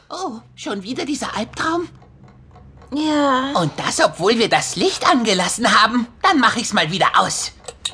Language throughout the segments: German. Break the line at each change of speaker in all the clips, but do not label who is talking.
Oh, schon wieder dieser Albtraum?
Ja.
Und das, obwohl wir das Licht angelassen haben. Dann mache ich's mal wieder aus.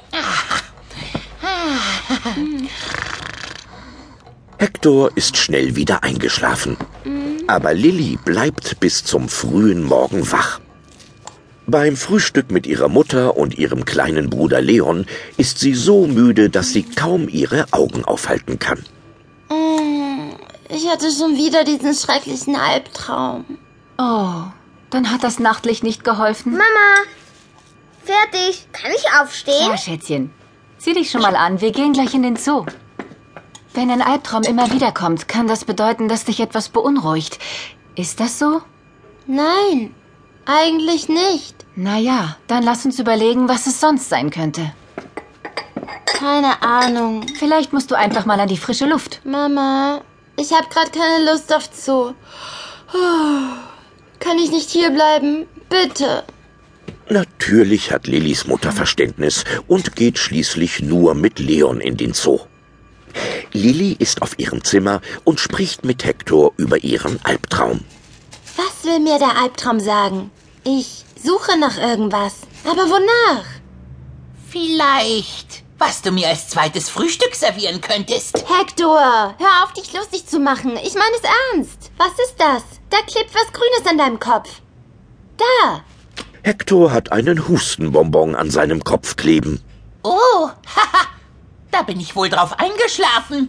Hector ist schnell wieder eingeschlafen. Aber Lilly bleibt bis zum frühen Morgen wach. Beim Frühstück mit ihrer Mutter und ihrem kleinen Bruder Leon ist sie so müde, dass sie kaum ihre Augen aufhalten kann.
Ich hatte schon wieder diesen schrecklichen Albtraum.
Oh, dann hat das Nachtlicht nicht geholfen.
Mama, fertig. Kann ich aufstehen?
Ja, Schätzchen. Zieh dich schon mal an, wir gehen gleich in den Zoo. Wenn ein Albtraum immer wieder kommt, kann das bedeuten, dass dich etwas beunruhigt. Ist das so?
Nein, eigentlich nicht.
Naja, dann lass uns überlegen, was es sonst sein könnte.
Keine Ahnung.
Vielleicht musst du einfach mal an die frische Luft.
Mama, ich habe gerade keine Lust auf Zoo. Kann ich nicht hierbleiben? Bitte.
Natürlich hat Lillys Mutter Verständnis und geht schließlich nur mit Leon in den Zoo. Lilly ist auf ihrem Zimmer und spricht mit Hector über ihren Albtraum.
Was will mir der Albtraum sagen? Ich suche nach irgendwas. Aber wonach?
Vielleicht, was du mir als zweites Frühstück servieren könntest.
Hector, hör auf, dich lustig zu machen. Ich meine es ernst. Was ist das? Da klebt was Grünes an deinem Kopf. Da.
Hector hat einen Hustenbonbon an seinem Kopf kleben.
Oh, haha, da bin ich wohl drauf eingeschlafen.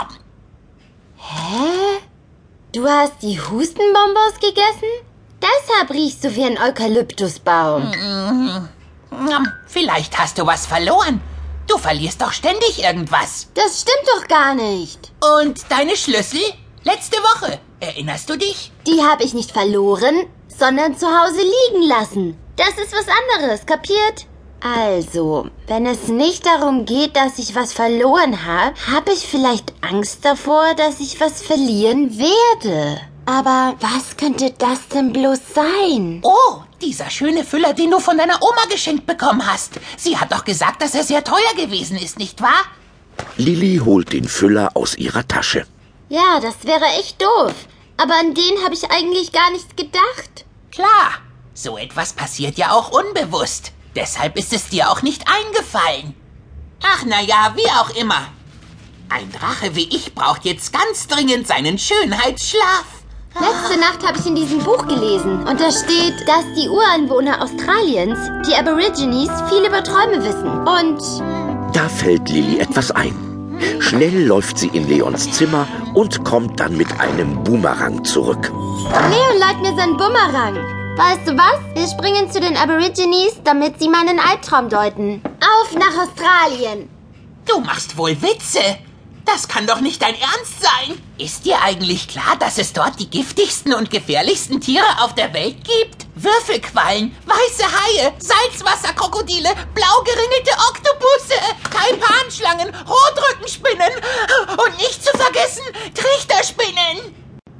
Hä? Du hast die Hustenbonbons gegessen? Deshalb riechst du wie ein Eukalyptusbaum.
Vielleicht hast du was verloren. Du verlierst doch ständig irgendwas.
Das stimmt doch gar nicht.
Und deine Schlüssel? Letzte Woche. Erinnerst du dich?
Die habe ich nicht verloren, sondern zu Hause liegen lassen. Das ist was anderes, kapiert? Also, wenn es nicht darum geht, dass ich was verloren habe ich vielleicht Angst davor, dass ich was verlieren werde. Aber was könnte das denn bloß sein?
Oh, dieser schöne Füller, den du von deiner Oma geschenkt bekommen hast. Sie hat doch gesagt, dass er sehr teuer gewesen ist, nicht wahr?
Lilly holt den Füller aus ihrer Tasche.
Ja, das wäre echt doof. Aber an den habe ich eigentlich gar nicht gedacht.
Klar, so etwas passiert ja auch unbewusst. Deshalb ist es dir auch nicht eingefallen. Ach, na ja, wie auch immer. Ein Drache wie ich braucht jetzt ganz dringend seinen Schönheitsschlaf.
Letzte Nacht habe ich in diesem Buch gelesen. Und da steht, dass die Ureinwohner Australiens, die Aborigines, viel über Träume wissen. Und
Da fällt Lilly etwas ein. Schnell läuft sie in Leons Zimmer und kommt dann mit einem Boomerang zurück.
Leon leiht mir seinen Bumerang. Weißt du was? Wir springen zu den Aborigines, damit sie meinen Albtraum deuten. Auf nach Australien.
Du machst wohl Witze. Das kann doch nicht dein Ernst sein. Ist dir eigentlich klar, dass es dort die giftigsten und gefährlichsten Tiere auf der Welt gibt? Würfelquallen, weiße Haie, Salzwasserkrokodile, blau geringelte Oktopusse, Taipanschlangen, Rotrückenspinnen und nicht zu vergessen Trichterspinnen.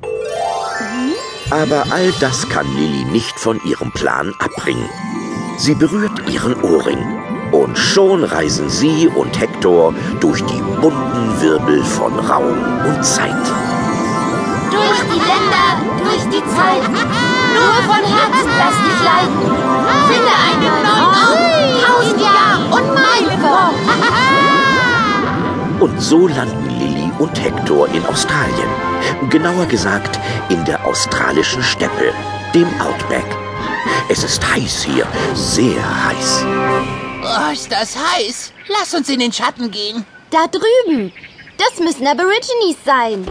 Aber all das kann Lilly nicht von ihrem Plan abbringen. Sie berührt ihren Ohrring. Und schon reisen sie und Hector durch die bunten Wirbel von Raum und Zeit.
Durch die Länder, durch die Zeit. Nur von Herzen lass dich leiten. Finde einen neuen Ort, 1000 Jahre und Meilen fort.
Und so landen Lilly und Hector in Australien. Genauer gesagt in der australischen Steppe, dem Outback. Es ist heiß hier, sehr heiß.
Oh, ist das heiß. Lass uns in den Schatten gehen.
Da drüben. Das müssen Aborigines sein.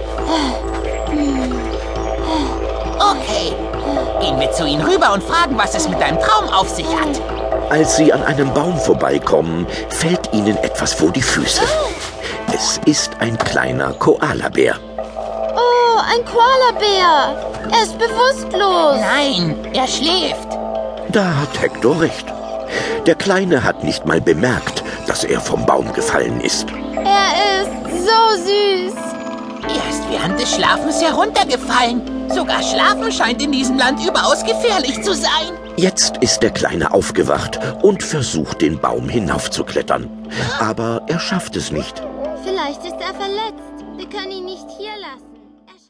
Okay. Gehen wir zu ihnen rüber und fragen, was es mit deinem Traum auf sich hat.
Als sie an einem Baum vorbeikommen, fällt ihnen etwas vor die Füße. Es ist ein kleiner Koalabär.
Oh, ein Koalabär. Er ist bewusstlos.
Nein, er schläft.
Da hat Hector recht. Der Kleine hat nicht mal bemerkt, dass er vom Baum gefallen ist.
Er ist so süß.
Er ist während des Schlafens heruntergefallen. Sogar Schlafen scheint in diesem Land überaus gefährlich zu sein.
Jetzt ist der Kleine aufgewacht und versucht, den Baum hinaufzuklettern. Aber er schafft es nicht.
Vielleicht ist er verletzt. Wir können ihn nicht hier lassen.